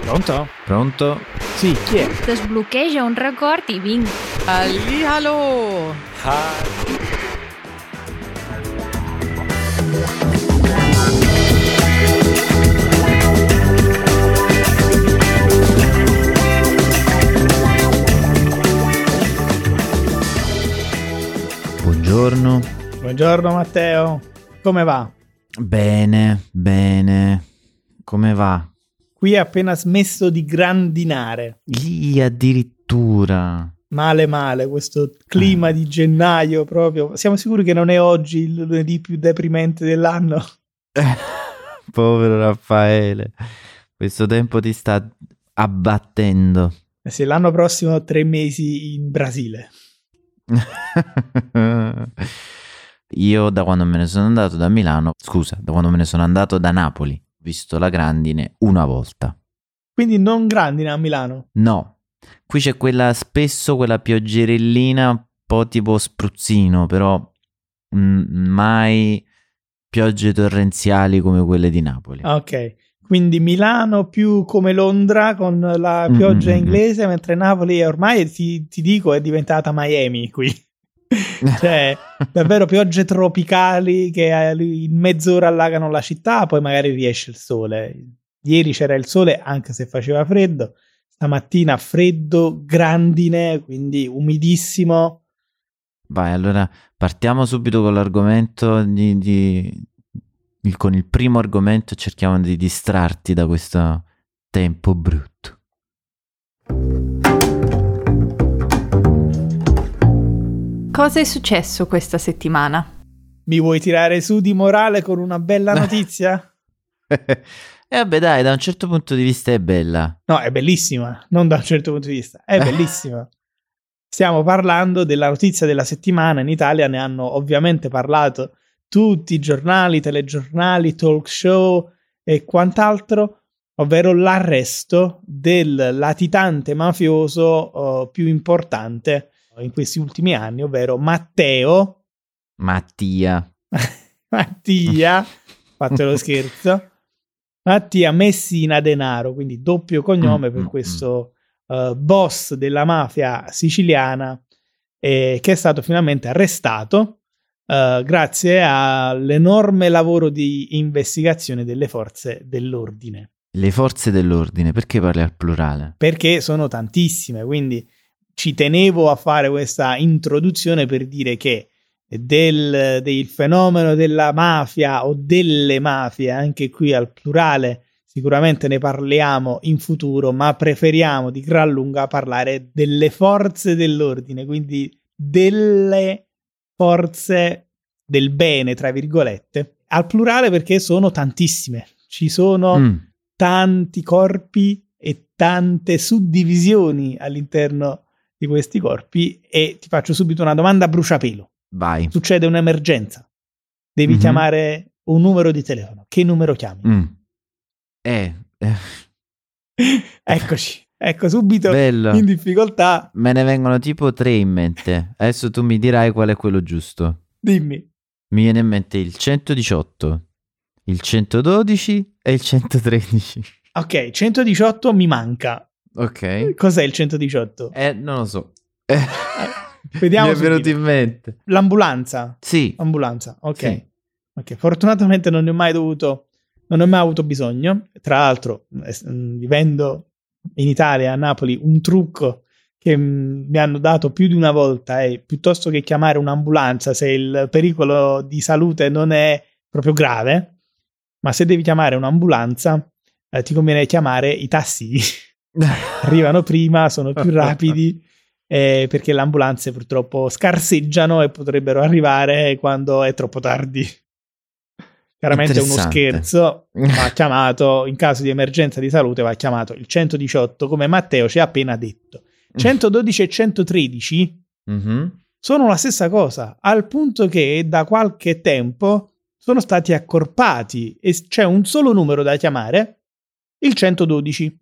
Pronto? Pronto? Sì, chi è? Desbloqueja un record i vinc. Hallihallo! Buongiorno. Buongiorno Matteo, come va? Bene. Come va? Qui è appena smesso di grandinare. Lì addirittura. Male, questo clima di gennaio proprio. Siamo sicuri che non è oggi il lunedì più deprimente dell'anno? Povero Raffaele, questo tempo ti sta abbattendo. Se l'anno prossimo ho 3 mesi in Brasile. Io da quando me ne sono andato da Milano, da quando me ne sono andato da Napoli, ho visto la grandine una volta. Quindi non grandina a Milano? No, qui c'è quella pioggerellina, un po' tipo spruzzino, però mai piogge torrenziali come quelle di Napoli. Ok, quindi Milano più come Londra con la pioggia inglese, mentre Napoli ormai ti dico è diventata Miami qui. Cioè davvero piogge tropicali che in mezz'ora allagano la città, poi magari riesce il sole. Ieri c'era il sole anche se faceva freddo, stamattina freddo, grandine, quindi umidissimo. Vai, allora partiamo subito con l'argomento con il primo argomento e cerchiamo di distrarti da questo tempo brutto. Cosa è successo questa settimana? Mi vuoi tirare su di morale con una bella notizia? Vabbè dai, da un certo punto di vista è bella. No, è bellissima, non da un certo punto di vista, è bellissima. Stiamo parlando della notizia della settimana. In Italia ne hanno ovviamente parlato tutti i giornali, telegiornali, talk show e quant'altro, ovvero l'arresto del latitante mafioso più importante in questi ultimi anni, ovvero Mattia, fate lo scherzo, Mattia Messina Denaro, quindi doppio cognome per questo boss della mafia siciliana che è stato finalmente arrestato grazie all'enorme lavoro di investigazione delle forze dell'ordine. Le forze dell'ordine, perché parli al plurale? Perché sono tantissime, quindi ci tenevo a fare questa introduzione per dire che del fenomeno della mafia o delle mafie, anche qui al plurale, sicuramente ne parliamo in futuro, ma preferiamo di gran lunga parlare delle forze dell'ordine, quindi delle forze del bene, tra virgolette, al plurale perché sono tantissime. Ci sono tanti corpi e tante suddivisioni all'interno di questi corpi e ti faccio subito una domanda a bruciapelo. Vai. Succede un'emergenza, devi chiamare un numero di telefono. Che numero chiami? Eccoci, ecco subito. Bello. In difficoltà. Me ne vengono tipo 3 in mente. Adesso tu mi dirai qual è quello giusto. Dimmi. Mi viene in mente il 118, il 112 e il 113. Ok, 118 mi manca. Ok. Cos'è il 118? Non lo so. Vediamo. Mi è venuto in mente. L'ambulanza? Sì. Ambulanza, ok. Sì. Ok, fortunatamente non ne ho mai avuto bisogno. Tra l'altro, vivendo in Italia, a Napoli, un trucco che mi hanno dato più di una volta è piuttosto che chiamare un'ambulanza se il pericolo di salute non è proprio grave, ma se devi chiamare un'ambulanza ti conviene chiamare i tassi. Arrivano prima, sono più rapidi perché le ambulanze purtroppo scarseggiano e potrebbero arrivare quando è troppo tardi. Chiaramente è uno scherzo, va chiamato in caso di emergenza di salute, va chiamato il 118 come Matteo ci ha appena detto. 112 e 113 sono la stessa cosa, al punto che da qualche tempo sono stati accorpati e c'è un solo numero da chiamare, il 112.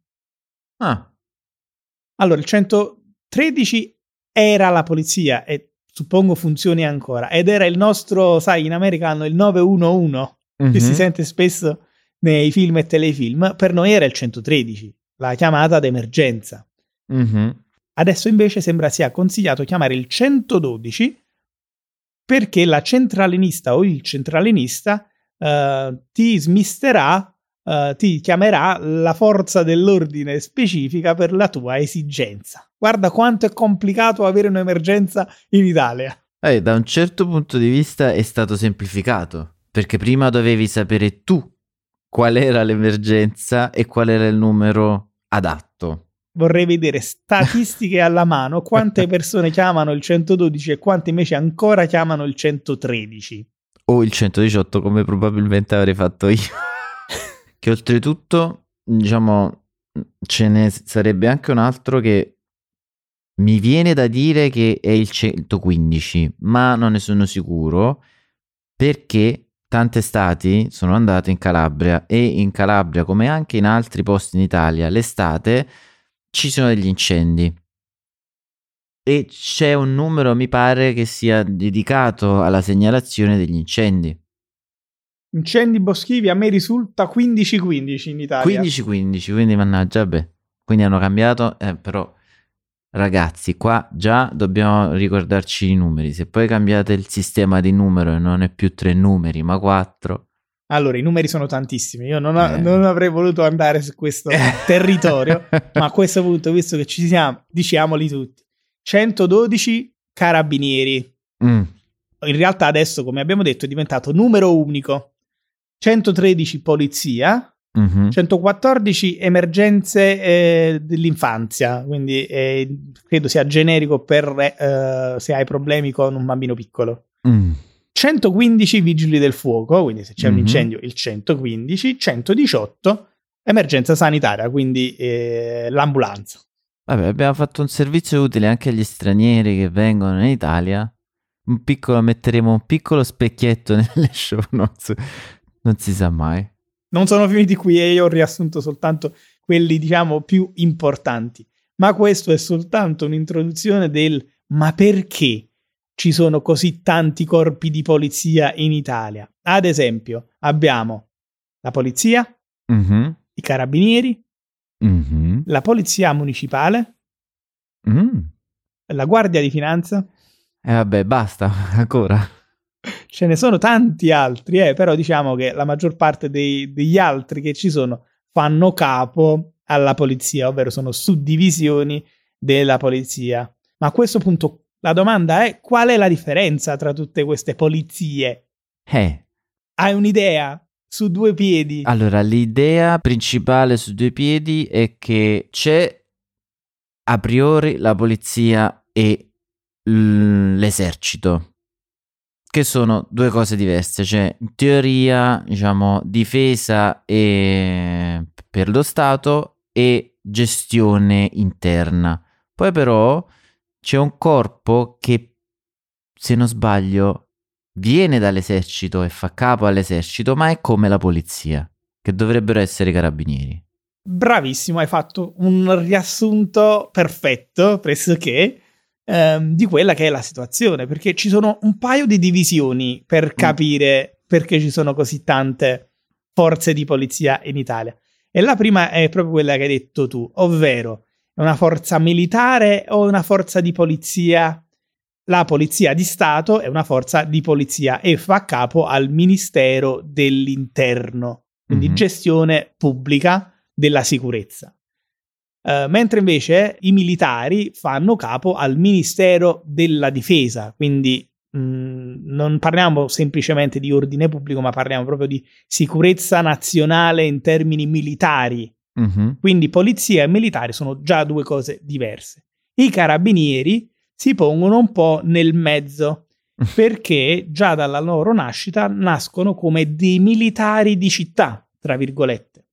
Allora il 113 era la polizia e suppongo funzioni ancora, ed era il nostro, sai, in America hanno il 911 che si sente spesso nei film e telefilm. Per noi era il 113, la chiamata d'emergenza. Adesso invece sembra sia consigliato chiamare il 112 perché la centralinista o il centralinista ti smisterà, ti chiamerà la forza dell'ordine specifica per la tua esigenza. Guarda quanto è complicato avere un'emergenza in Italia. Da un certo punto di vista è stato semplificato, perché prima dovevi sapere tu qual era l'emergenza e qual era il numero adatto. Vorrei vedere statistiche alla mano, quante persone chiamano il 112 e quante invece ancora chiamano il 113. O il 118, come probabilmente avrei fatto io. Che oltretutto, diciamo, ce ne sarebbe anche un altro che mi viene da dire che è il 115, ma non ne sono sicuro, perché tante estati sono andate in Calabria e in Calabria, come anche in altri posti in Italia, l'estate ci sono degli incendi e c'è un numero, mi pare, che sia dedicato alla segnalazione degli incendi. Incendi boschivi a me risulta 15-15 in Italia. 15-15, quindi mannaggia, quindi hanno cambiato, però ragazzi, qua già dobbiamo ricordarci i numeri. Se poi cambiate il sistema di numero e non è più 3 numeri ma 4... Allora, i numeri sono tantissimi, io non avrei voluto andare su questo territorio, ma a questo punto, visto che ci siamo, diciamoli tutti. 112 carabinieri. In realtà adesso, come abbiamo detto, è diventato numero unico. 113 polizia, 114 emergenze dell'infanzia, quindi credo sia generico per se hai problemi con un bambino piccolo. 115 vigili del fuoco, quindi se c'è un incendio il 115, 118 emergenza sanitaria, quindi l'ambulanza. Vabbè, abbiamo fatto un servizio utile anche agli stranieri che vengono in Italia. Metteremo un piccolo specchietto nelle show notes, non si sa mai. Non sono finiti qui e io ho riassunto soltanto quelli, diciamo, più importanti. Ma questo è soltanto un'introduzione del ma perché ci sono così tanti corpi di polizia in Italia. Ad esempio, abbiamo la polizia, i carabinieri, la polizia municipale, la guardia di finanza. Vabbè, basta, ancora. Ce ne sono tanti altri, però diciamo che la maggior parte degli altri che ci sono fanno capo alla polizia, ovvero sono suddivisioni della polizia. Ma a questo punto la domanda è: qual è la differenza tra tutte queste polizie? Hai un'idea su due piedi? Allora, l'idea principale su due piedi è che c'è a priori la polizia e l'esercito, che sono due cose diverse. Cioè, in teoria, diciamo, difesa per lo Stato e gestione interna. Poi però c'è un corpo che, se non sbaglio, viene dall'esercito e fa capo all'esercito, ma è come la polizia, che dovrebbero essere i carabinieri. Bravissimo, hai fatto un riassunto perfetto, pressoché, di quella che è la situazione, perché ci sono un paio di divisioni per capire perché ci sono così tante forze di polizia in Italia. E la prima è proprio quella che hai detto tu, ovvero una forza militare o una forza di polizia. La polizia di Stato è una forza di polizia e fa capo al Ministero dell'Interno, quindi gestione pubblica della sicurezza. Mentre invece i militari fanno capo al Ministero della Difesa, quindi non parliamo semplicemente di ordine pubblico, ma parliamo proprio di sicurezza nazionale in termini militari. Quindi polizia e militari sono già due cose diverse. I carabinieri si pongono un po' nel mezzo, perché già dalla loro nascita nascono come dei militari di città, tra virgolette.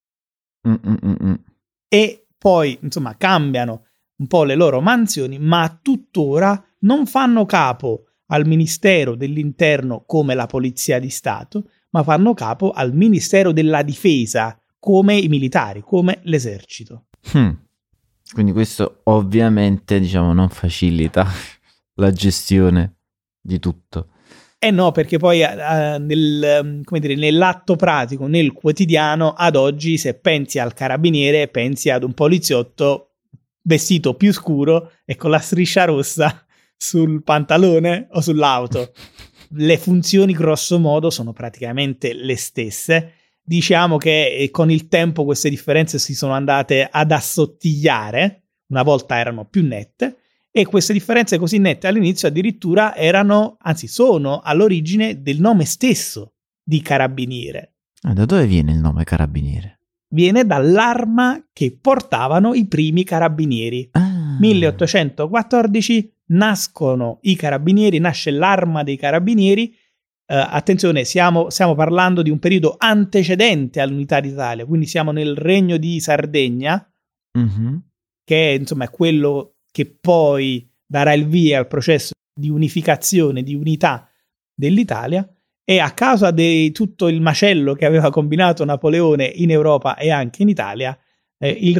E poi, insomma, cambiano un po' le loro mansioni, ma tuttora non fanno capo al Ministero dell'Interno come la Polizia di Stato, ma fanno capo al Ministero della Difesa come i militari, come l'esercito. Quindi questo ovviamente, diciamo, non facilita la gestione di tutto. No, perché poi nell'atto pratico, nel quotidiano, ad oggi, se pensi al carabiniere, pensi ad un poliziotto vestito più scuro e con la striscia rossa sul pantalone o sull'auto. Le funzioni grosso modo sono praticamente le stesse. Diciamo che con il tempo queste differenze si sono andate ad assottigliare, una volta erano più nette, e queste differenze così nette all'inizio addirittura sono all'origine del nome stesso di carabiniere. Da dove viene il nome carabiniere? Viene dall'arma che portavano i primi carabinieri. 1814 nascono i carabinieri, nasce l'arma dei carabinieri. Attenzione, stiamo parlando di un periodo antecedente all'unità d'Italia, quindi siamo nel Regno di Sardegna, che insomma è quello che poi darà il via al processo di unificazione, di unità dell'Italia, e a causa di tutto il macello che aveva combinato Napoleone in Europa e anche in Italia, il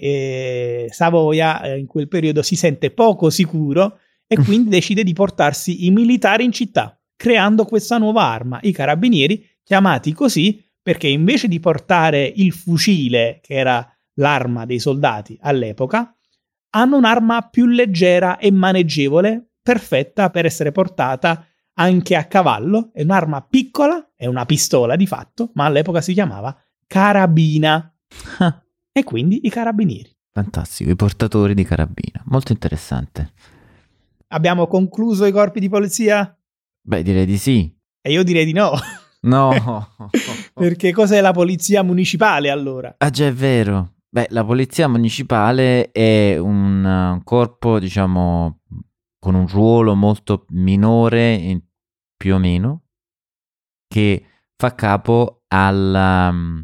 re Savoia in quel periodo si sente poco sicuro e quindi decide di portarsi i militari in città, creando questa nuova arma, i carabinieri, chiamati così perché invece di portare il fucile, che era l'arma dei soldati all'epoca, hanno un'arma più leggera e maneggevole, perfetta per essere portata anche a cavallo. È un'arma piccola, è una pistola di fatto, ma all'epoca si chiamava carabina. E quindi i carabinieri. Fantastico, i portatori di carabina. Molto interessante. Abbiamo concluso i corpi di polizia? Beh, direi di sì. E io direi di no. No. Perché cos'è la polizia municipale allora? Ah, già, è vero. Beh, la polizia municipale è un corpo, diciamo, con un ruolo molto minore, più o meno, che fa capo al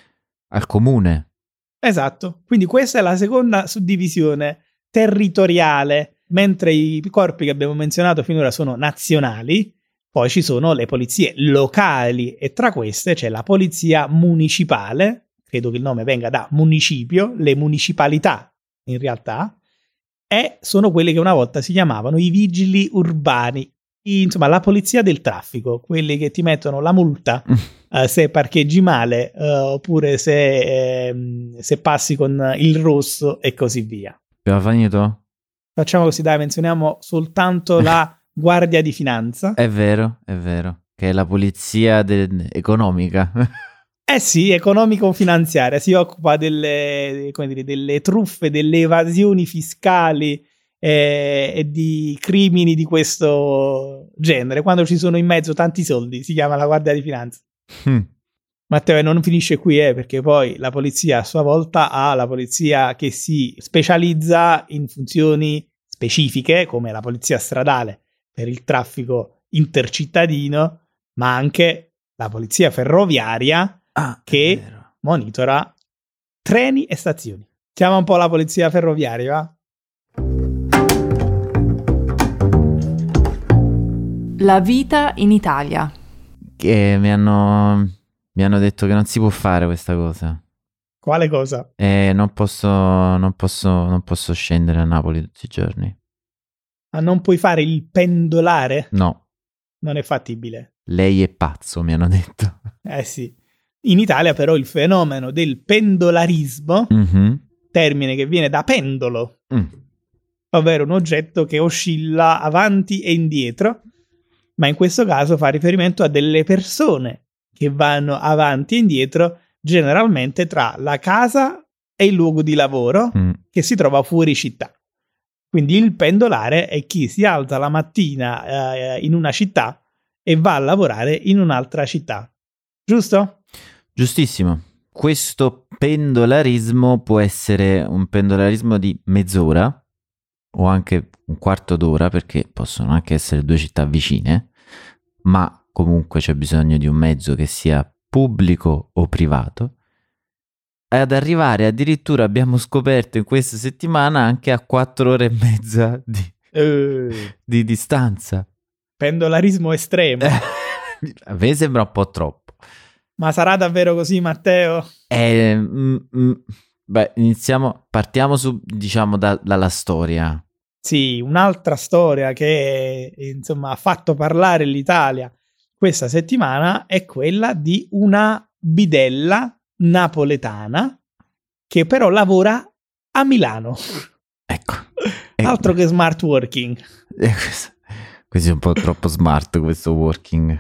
comune. Esatto, quindi questa è la seconda suddivisione territoriale, mentre i corpi che abbiamo menzionato finora sono nazionali, poi ci sono le polizie locali e tra queste c'è la polizia municipale. Credo che il nome venga da municipio, le municipalità in realtà, e sono quelle che una volta si chiamavano i vigili urbani, insomma la polizia del traffico, quelli che ti mettono la multa se parcheggi male oppure se passi con il rosso e così via. Abbiamo finito? Facciamo così, dai, menzioniamo soltanto la Guardia di Finanza. È vero, che è la polizia economica. Sì, economico-finanziaria, si occupa delle truffe, delle evasioni fiscali e di crimini di questo genere. Quando ci sono in mezzo tanti soldi, si chiama la Guardia di Finanza. Matteo, non finisce qui, perché poi la polizia a sua volta ha la polizia che si specializza in funzioni specifiche, come la polizia stradale per il traffico intercittadino, ma anche la polizia ferroviaria, che monitora treni e stazioni. Chiama un po' la polizia ferroviaria, va? La vita in Italia. Che mi hanno detto che non si può fare questa cosa. Quale cosa? Non posso scendere a Napoli tutti i giorni. Ma non puoi fare il pendolare? No. Non è fattibile. Lei è pazzo, mi hanno detto. Sì. In Italia però il fenomeno del pendolarismo, termine che viene da pendolo, ovvero un oggetto che oscilla avanti e indietro, ma in questo caso fa riferimento a delle persone che vanno avanti e indietro, generalmente tra la casa e il luogo di lavoro, che si trova fuori città. Quindi il pendolare è chi si alza la mattina in una città e va a lavorare in un'altra città. Giusto? Giustissimo. Questo pendolarismo può essere un pendolarismo di mezz'ora o anche un quarto d'ora, perché possono anche essere due città vicine, ma comunque c'è bisogno di un mezzo che sia pubblico o privato, ad arrivare addirittura, abbiamo scoperto in questa settimana, anche a 4 ore e mezza di distanza. Pendolarismo estremo. A me sembra un po' troppo. Ma sarà davvero così, Matteo? Beh, partiamo dalla storia. Sì, un'altra storia che insomma ha fatto parlare l'Italia questa settimana è quella di una bidella napoletana che però lavora a Milano. Ecco. Altro che smart working. Questo è un po' troppo smart, questo working.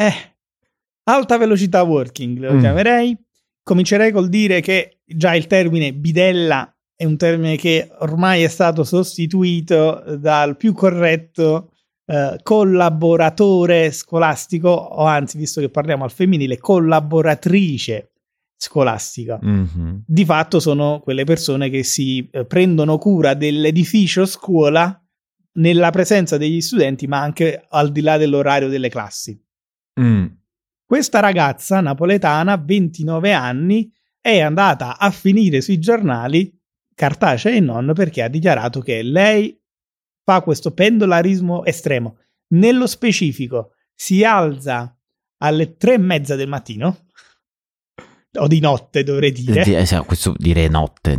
Alta velocità working lo chiamerei. Comincerei col dire che già il termine bidella è un termine che ormai è stato sostituito dal più corretto collaboratore scolastico, o anzi, visto che parliamo al femminile, collaboratrice scolastica. Di fatto sono quelle persone che si prendono cura dell'edificio scuola nella presenza degli studenti, ma anche al di là dell'orario delle classi. Questa ragazza napoletana, 29 anni, è andata a finire sui giornali, cartacei e non, perché ha dichiarato che lei fa questo pendolarismo estremo. Nello specifico, si alza alle 3:30 del mattino, o di notte dovrei dire. Questo direi notte.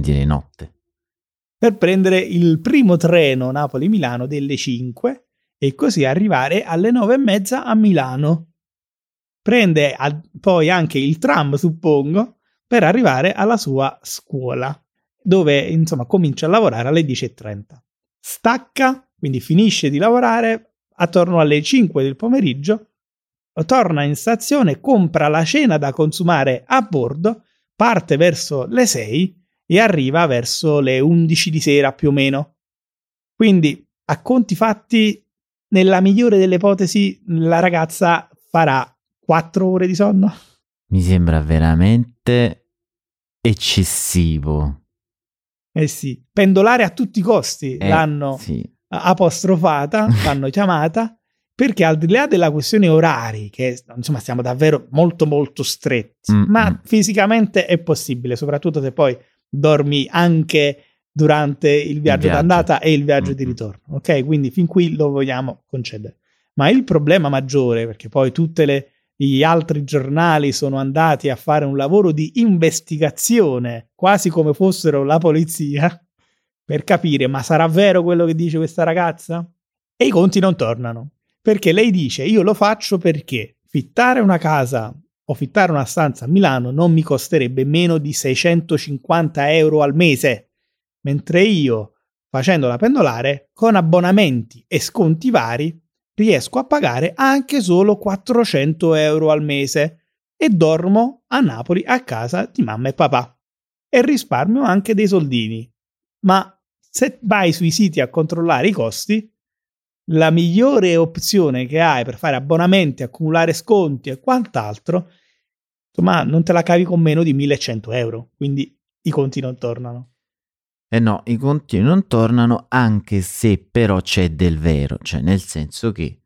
Per prendere il primo treno Napoli-Milano delle 5 e così arrivare alle 9:30 a Milano. Prende poi anche il tram, suppongo, per arrivare alla sua scuola, dove insomma comincia a lavorare alle 10:30. Stacca, quindi finisce di lavorare attorno alle 5 del pomeriggio, torna in stazione, compra la cena da consumare a bordo, parte verso le 6 e arriva verso le 11 di sera più o meno. Quindi, a conti fatti, nella migliore delle ipotesi, la ragazza farà 4 ore di sonno. Mi sembra veramente eccessivo. Sì, pendolare a tutti i costi l'hanno apostrofata, l'hanno chiamata, perché al di là della questione orari, che insomma stiamo davvero molto molto stretti, ma fisicamente è possibile, soprattutto se poi dormi anche durante il viaggio d'andata e il viaggio di ritorno, ok? Quindi fin qui lo vogliamo concedere. Ma il problema maggiore, perché poi gli altri giornali sono andati a fare un lavoro di investigazione, quasi come fossero la polizia, per capire, ma sarà vero quello che dice questa ragazza? E i conti non tornano, perché lei dice, io lo faccio perché fittare una casa o fittare una stanza a Milano non mi costerebbe meno di 650 euro al mese, mentre io, facendola pendolare, con abbonamenti e sconti vari, riesco a pagare anche solo 400 euro al mese e dormo a Napoli a casa di mamma e papà e risparmio anche dei soldini. Ma se vai sui siti a controllare i costi, la migliore opzione che hai per fare abbonamenti, accumulare sconti e quant'altro, insomma, non te la cavi con meno di 1100 euro, quindi i conti non tornano. No, i conti non tornano, anche se però c'è del vero, cioè nel senso che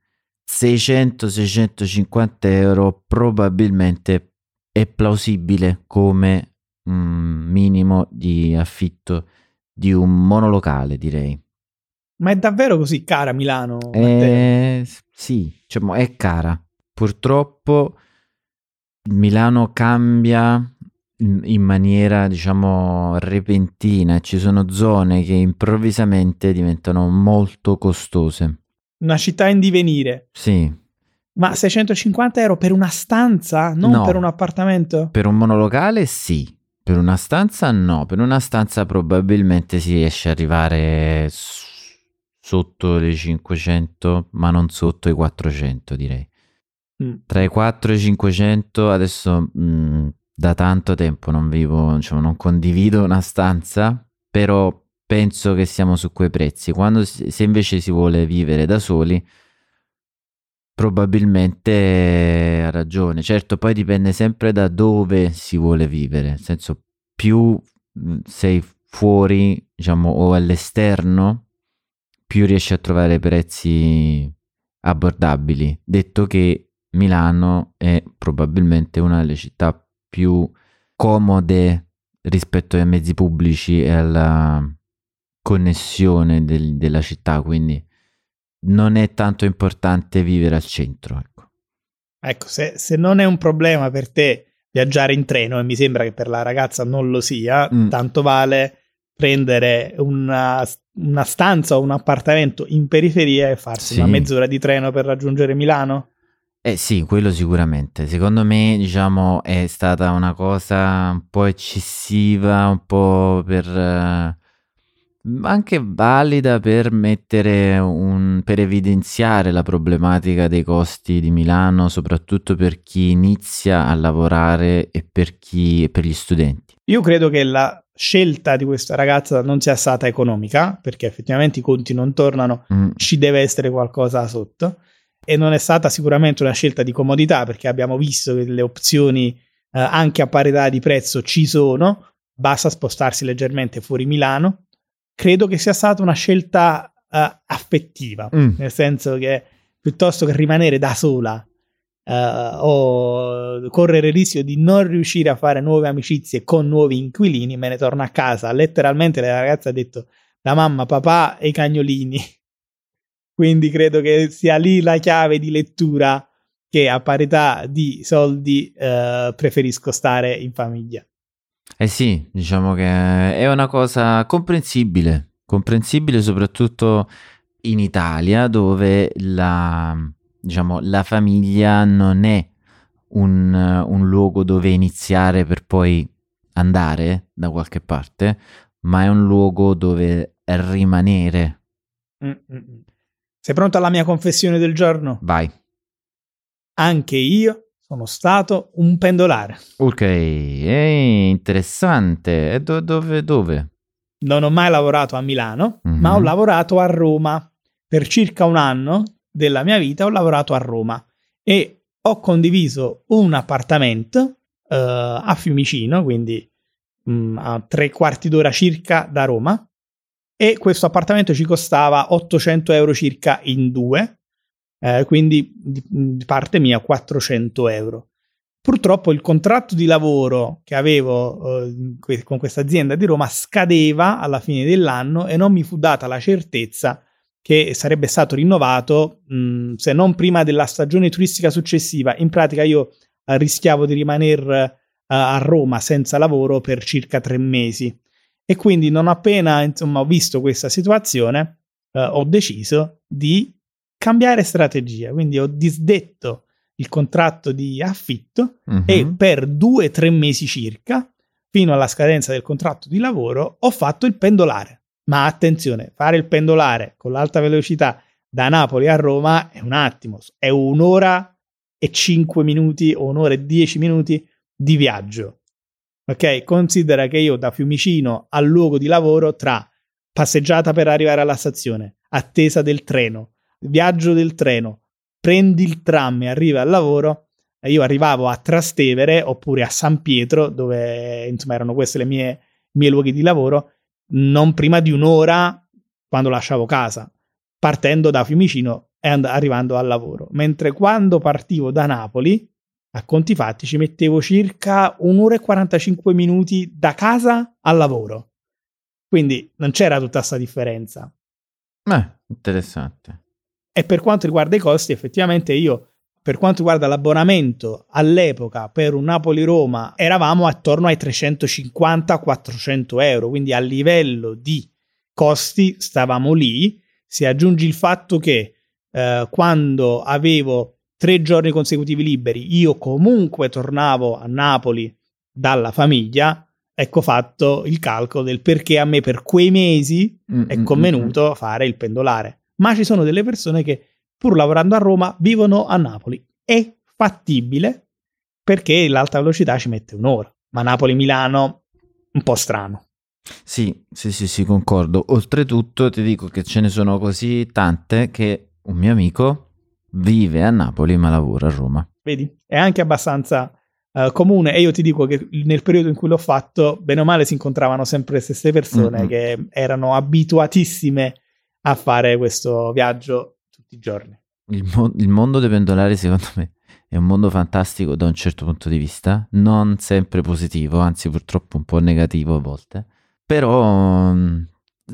600-650 euro probabilmente è plausibile come minimo di affitto di un monolocale, direi. Ma è davvero così cara Milano? Sì, cioè, è cara. Purtroppo Milano cambia in maniera, diciamo, repentina. Ci sono zone che improvvisamente diventano molto costose. Una città in divenire. Sì. Ma 650 euro per una stanza? Non per un appartamento? Per un monolocale sì. Per una stanza no. Per una stanza probabilmente si riesce ad arrivare sotto le 500, ma non sotto i 400, direi. Tra i 4 e i 500 adesso... da tanto tempo non vivo, diciamo, non condivido una stanza, però penso che siamo su quei prezzi. Se invece si vuole vivere da soli, probabilmente ha ragione. Certo, poi dipende sempre da dove si vuole vivere, nel senso, più sei fuori, diciamo, o all'esterno, più riesci a trovare prezzi abbordabili. Detto che Milano è probabilmente una delle città più comode rispetto ai mezzi pubblici e alla connessione della città, quindi non è tanto importante vivere al centro. Ecco, se non è un problema per te viaggiare in treno, e mi sembra che per la ragazza non lo sia, tanto vale prendere una stanza o un appartamento in periferia e farsi Sì. una mezz'ora di treno per raggiungere Milano? Sì, quello sicuramente. Secondo me, diciamo, è stata una cosa un po' eccessiva, un po' anche valida per per evidenziare la problematica dei costi di Milano, soprattutto per chi inizia a lavorare e per gli studenti. Io credo che la scelta di questa ragazza non sia stata economica, perché effettivamente i conti non tornano, ci deve essere qualcosa sotto, e non è stata sicuramente una scelta di comodità, perché abbiamo visto che le opzioni anche a parità di prezzo ci sono, basta spostarsi leggermente fuori Milano. Credo che sia stata una scelta affettiva, nel senso che piuttosto che rimanere da sola o correre il rischio di non riuscire a fare nuove amicizie con nuovi inquilini, me ne torno a casa. Letteralmente la ragazza ha detto la mamma, papà e i cagnolini. Quindi credo che sia lì la chiave di lettura, che a parità di soldi preferisco stare in famiglia. Eh sì, diciamo che è una cosa comprensibile soprattutto in Italia, dove la famiglia non è un luogo dove iniziare per poi andare da qualche parte, ma è un luogo dove rimanere. Sei pronto alla mia confessione del giorno? Vai. Anche io sono stato un pendolare. Ok, interessante. E dove? Non ho mai lavorato a Milano, ma ho lavorato a Roma. Per circa un anno della mia vita ho lavorato a Roma e ho condiviso un appartamento a Fiumicino, quindi a 3/4 d'ora circa da Roma, e questo appartamento ci costava 800 euro circa in due. Quindi di parte mia 400 euro. Purtroppo il contratto di lavoro che avevo con questa azienda di Roma scadeva alla fine dell'anno e non mi fu data la certezza che sarebbe stato rinnovato se non prima della stagione turistica successiva. In pratica io rischiavo di rimanere a Roma senza lavoro per circa 3 mesi, e quindi non appena ho visto questa situazione ho deciso di cambiare strategia, quindi ho disdetto il contratto di affitto e per 2-3 mesi circa, fino alla scadenza del contratto di lavoro, ho fatto il pendolare. Ma attenzione, fare il pendolare con l'alta velocità da Napoli a Roma è un attimo, è 1 ora e 5 minuti o 1 ora e 10 minuti di viaggio. Ok? Considera che io da Fiumicino al luogo di lavoro, tra passeggiata per arrivare alla stazione, attesa del treno, viaggio del treno, prendi il tram e arrivi al lavoro, io arrivavo a Trastevere oppure a San Pietro, dove erano questi i miei luoghi di lavoro, non prima di 1 ora quando lasciavo casa, partendo da Fiumicino e arrivando al lavoro. Mentre quando partivo da Napoli, a conti fatti, ci mettevo circa 1 ora e 45 minuti da casa al lavoro. Quindi non c'era tutta questa differenza. Interessante. E per quanto riguarda i costi, effettivamente io, per quanto riguarda l'abbonamento, all'epoca per un Napoli-Roma eravamo attorno ai 350-400 euro, quindi a livello di costi stavamo lì. Se aggiungi il fatto che quando avevo 3 giorni consecutivi liberi io comunque tornavo a Napoli dalla famiglia, ecco fatto il calcolo del perché a me per quei mesi è convenuto fare il pendolare. Ma ci sono delle persone che, pur lavorando a Roma, vivono a Napoli. È fattibile, perché l'alta velocità ci mette 1 ora. Ma Napoli-Milano, un po' strano. Sì, concordo. Oltretutto ti dico che ce ne sono così tante che un mio amico vive a Napoli ma lavora a Roma. Vedi? È anche abbastanza comune, e io ti dico che nel periodo in cui l'ho fatto, bene o male si incontravano sempre le stesse persone che erano abituatissime a fare questo viaggio tutti i giorni. Il mondo dei pendolari, secondo me, è un mondo fantastico da un certo punto di vista, non sempre positivo, anzi purtroppo un po' negativo a volte, però non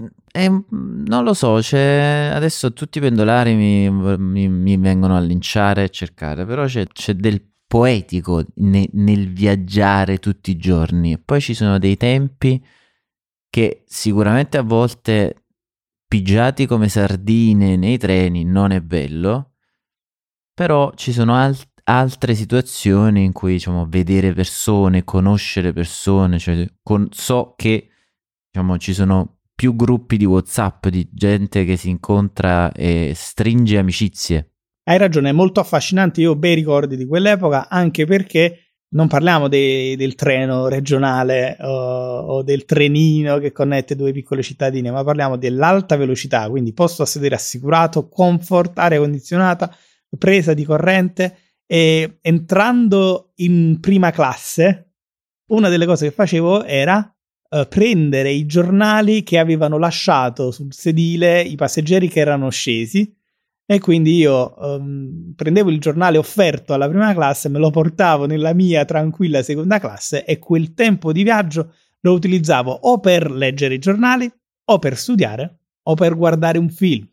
lo so, adesso tutti i pendolari mi vengono a linciare e cercare, però c'è del poetico nel viaggiare tutti i giorni, e poi ci sono dei tempi che sicuramente a volte pigiati come sardine nei treni non è bello, però ci sono altre situazioni in cui, diciamo, vedere persone, conoscere persone, cioè so che, diciamo, ci sono più gruppi di WhatsApp di gente che si incontra e stringe amicizie. Hai ragione, è molto affascinante, io ho bei ricordi di quell'epoca, anche perché non parliamo del treno regionale o del trenino che connette due piccole cittadine, ma parliamo dell'alta velocità, quindi posto a sedere assicurato, comfort, aria condizionata, presa di corrente, e entrando in prima classe, una delle cose che facevo era prendere i giornali che avevano lasciato sul sedile i passeggeri che erano scesi, e quindi io prendevo il giornale offerto alla prima classe, me lo portavo nella mia tranquilla seconda classe e quel tempo di viaggio lo utilizzavo o per leggere i giornali, o per studiare, o per guardare un film.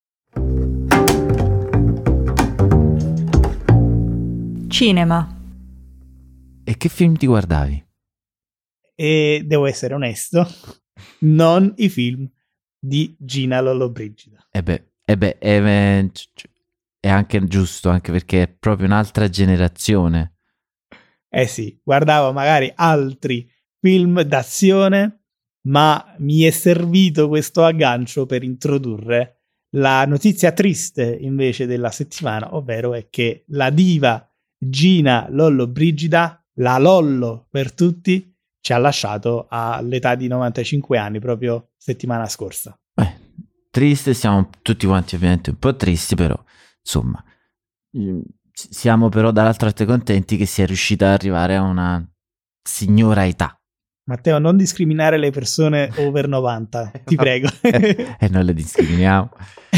Cinema. E che film ti guardavi? E devo essere onesto, non i film di Gina Lollobrigida. È anche giusto, anche perché è proprio un'altra generazione. Sì, guardavo magari altri film d'azione, ma mi è servito questo aggancio per introdurre la notizia triste invece della settimana, ovvero è che la diva Gina Lollobrigida, la Lollo per tutti, ci ha lasciato all'età di 95 anni, proprio settimana scorsa. Triste, siamo tutti quanti ovviamente un po' tristi, però insomma siamo però dall'altra parte contenti che sia riuscita ad arrivare a una signora età. Matteo, non discriminare le persone over 90, ti prego. E non le discriminiamo.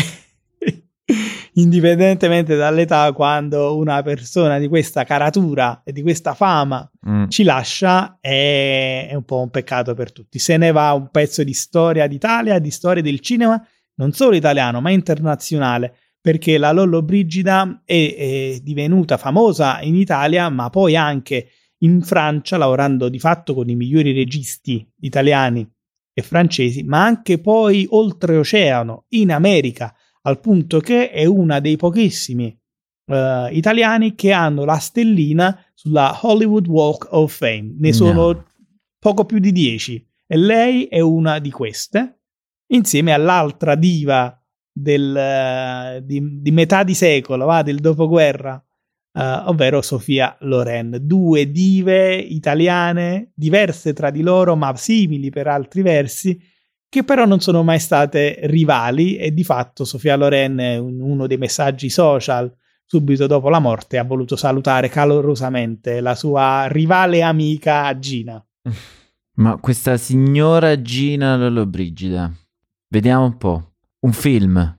Indipendentemente dall'età, quando una persona di questa caratura e di questa fama ci lascia, è un po' un peccato per tutti. Se ne va un pezzo di storia d'Italia, di storia del cinema, non solo italiano, ma internazionale, perché la Lollobrigida è divenuta famosa in Italia, ma poi anche in Francia, lavorando di fatto con i migliori registi italiani e francesi, ma anche poi oltreoceano, in America, al punto che è una dei pochissimi italiani che hanno la stellina sulla Hollywood Walk of Fame. Ne sono poco più di 10 e lei è una di queste, insieme all'altra diva di metà di secolo, del dopoguerra, ovvero Sophia Loren. Due dive italiane diverse tra di loro, ma simili per altri versi, che però non sono mai state rivali, e di fatto Sophia Loren, in uno dei messaggi social subito dopo la morte, ha voluto salutare calorosamente la sua rivale amica Gina. Ma questa signora Gina Lollobrigida, vediamo un po'. Un film.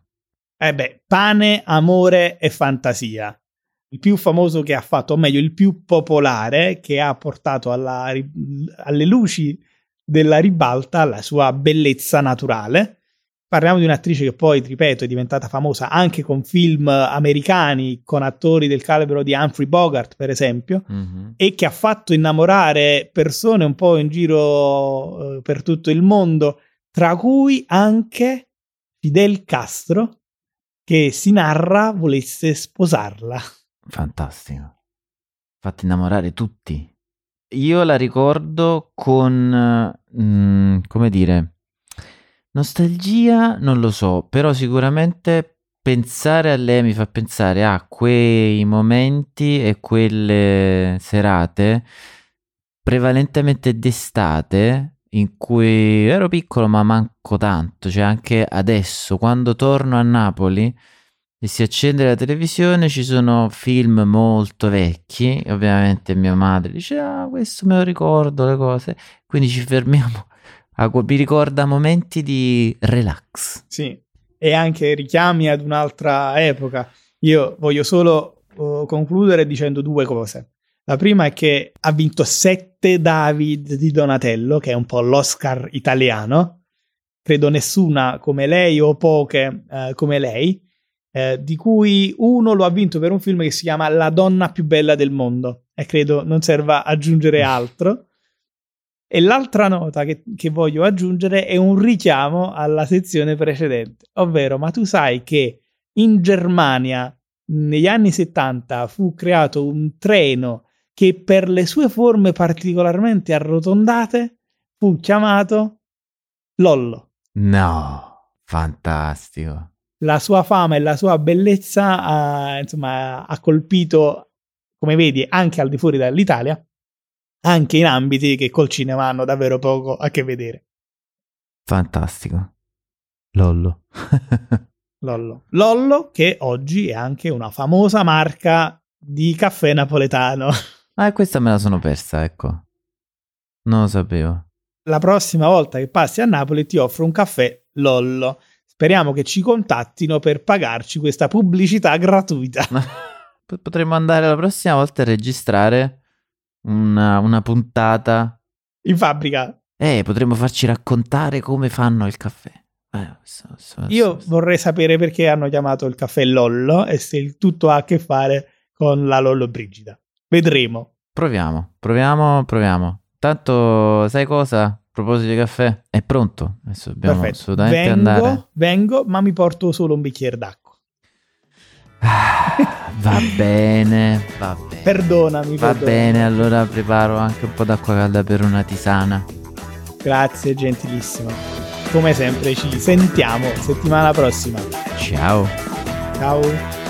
Pane, amore e fantasia. Il più famoso che ha fatto, o meglio il più popolare, che ha portato alle luci della ribalta la sua bellezza naturale. Parliamo di un'attrice che poi, ripeto, è diventata famosa anche con film americani, con attori del calibro di Humphrey Bogart, per esempio, e che ha fatto innamorare persone un po' in giro per tutto il mondo, tra cui anche Fidel Castro, che si narra volesse sposarla. Fantastico. Fatti innamorare tutti. Io la ricordo con, come dire, nostalgia, non lo so, però sicuramente pensare a lei mi fa pensare a quei momenti e quelle serate, prevalentemente d'estate, in cui ero piccolo ma manco tanto, cioè anche adesso, quando torno a Napoli e si accende la televisione, ci sono film molto vecchi, e ovviamente mia madre dice questo me lo ricordo, le cose, quindi ci fermiamo, mi ricorda momenti di relax. Sì, e anche richiami ad un'altra epoca. Io voglio solo concludere dicendo due cose. La prima è che ha vinto 7 David di Donatello, che è un po' l'Oscar italiano, credo nessuna come lei o poche come lei, di cui uno lo ha vinto per un film che si chiama La donna più bella del mondo, e credo non serva aggiungere altro. E l'altra nota che voglio aggiungere è un richiamo alla sezione precedente, ovvero, ma tu sai che in Germania negli anni 70 fu creato un treno che per le sue forme particolarmente arrotondate fu chiamato Lollo. No, fantastico. La sua fama e la sua bellezza ha colpito, come vedi, anche al di fuori dall'Italia, anche in ambiti che col cinema hanno davvero poco a che vedere. Fantastico. Lollo. Lollo, che oggi è anche una famosa marca di caffè napoletano. Questa me la sono persa, ecco. Non lo sapevo. La prossima volta che passi a Napoli ti offro un caffè Lollo. Speriamo che ci contattino per pagarci questa pubblicità gratuita. Potremmo andare la prossima volta a registrare una puntata in fabbrica. Potremmo farci raccontare come fanno il caffè. Io vorrei sapere perché hanno chiamato il caffè Lollo e se il tutto ha a che fare con la Lollobrigida. Vedremo. Proviamo. Tanto, sai cosa? A proposito di caffè, è pronto. Adesso dobbiamo assolutamente andare. Vengo, ma mi porto solo un bicchiere d'acqua. Va bene. Perdonami. Va bene, allora preparo anche un po' d'acqua calda per una tisana. Grazie, gentilissimo. Come sempre ci sentiamo settimana prossima. Ciao. Ciao.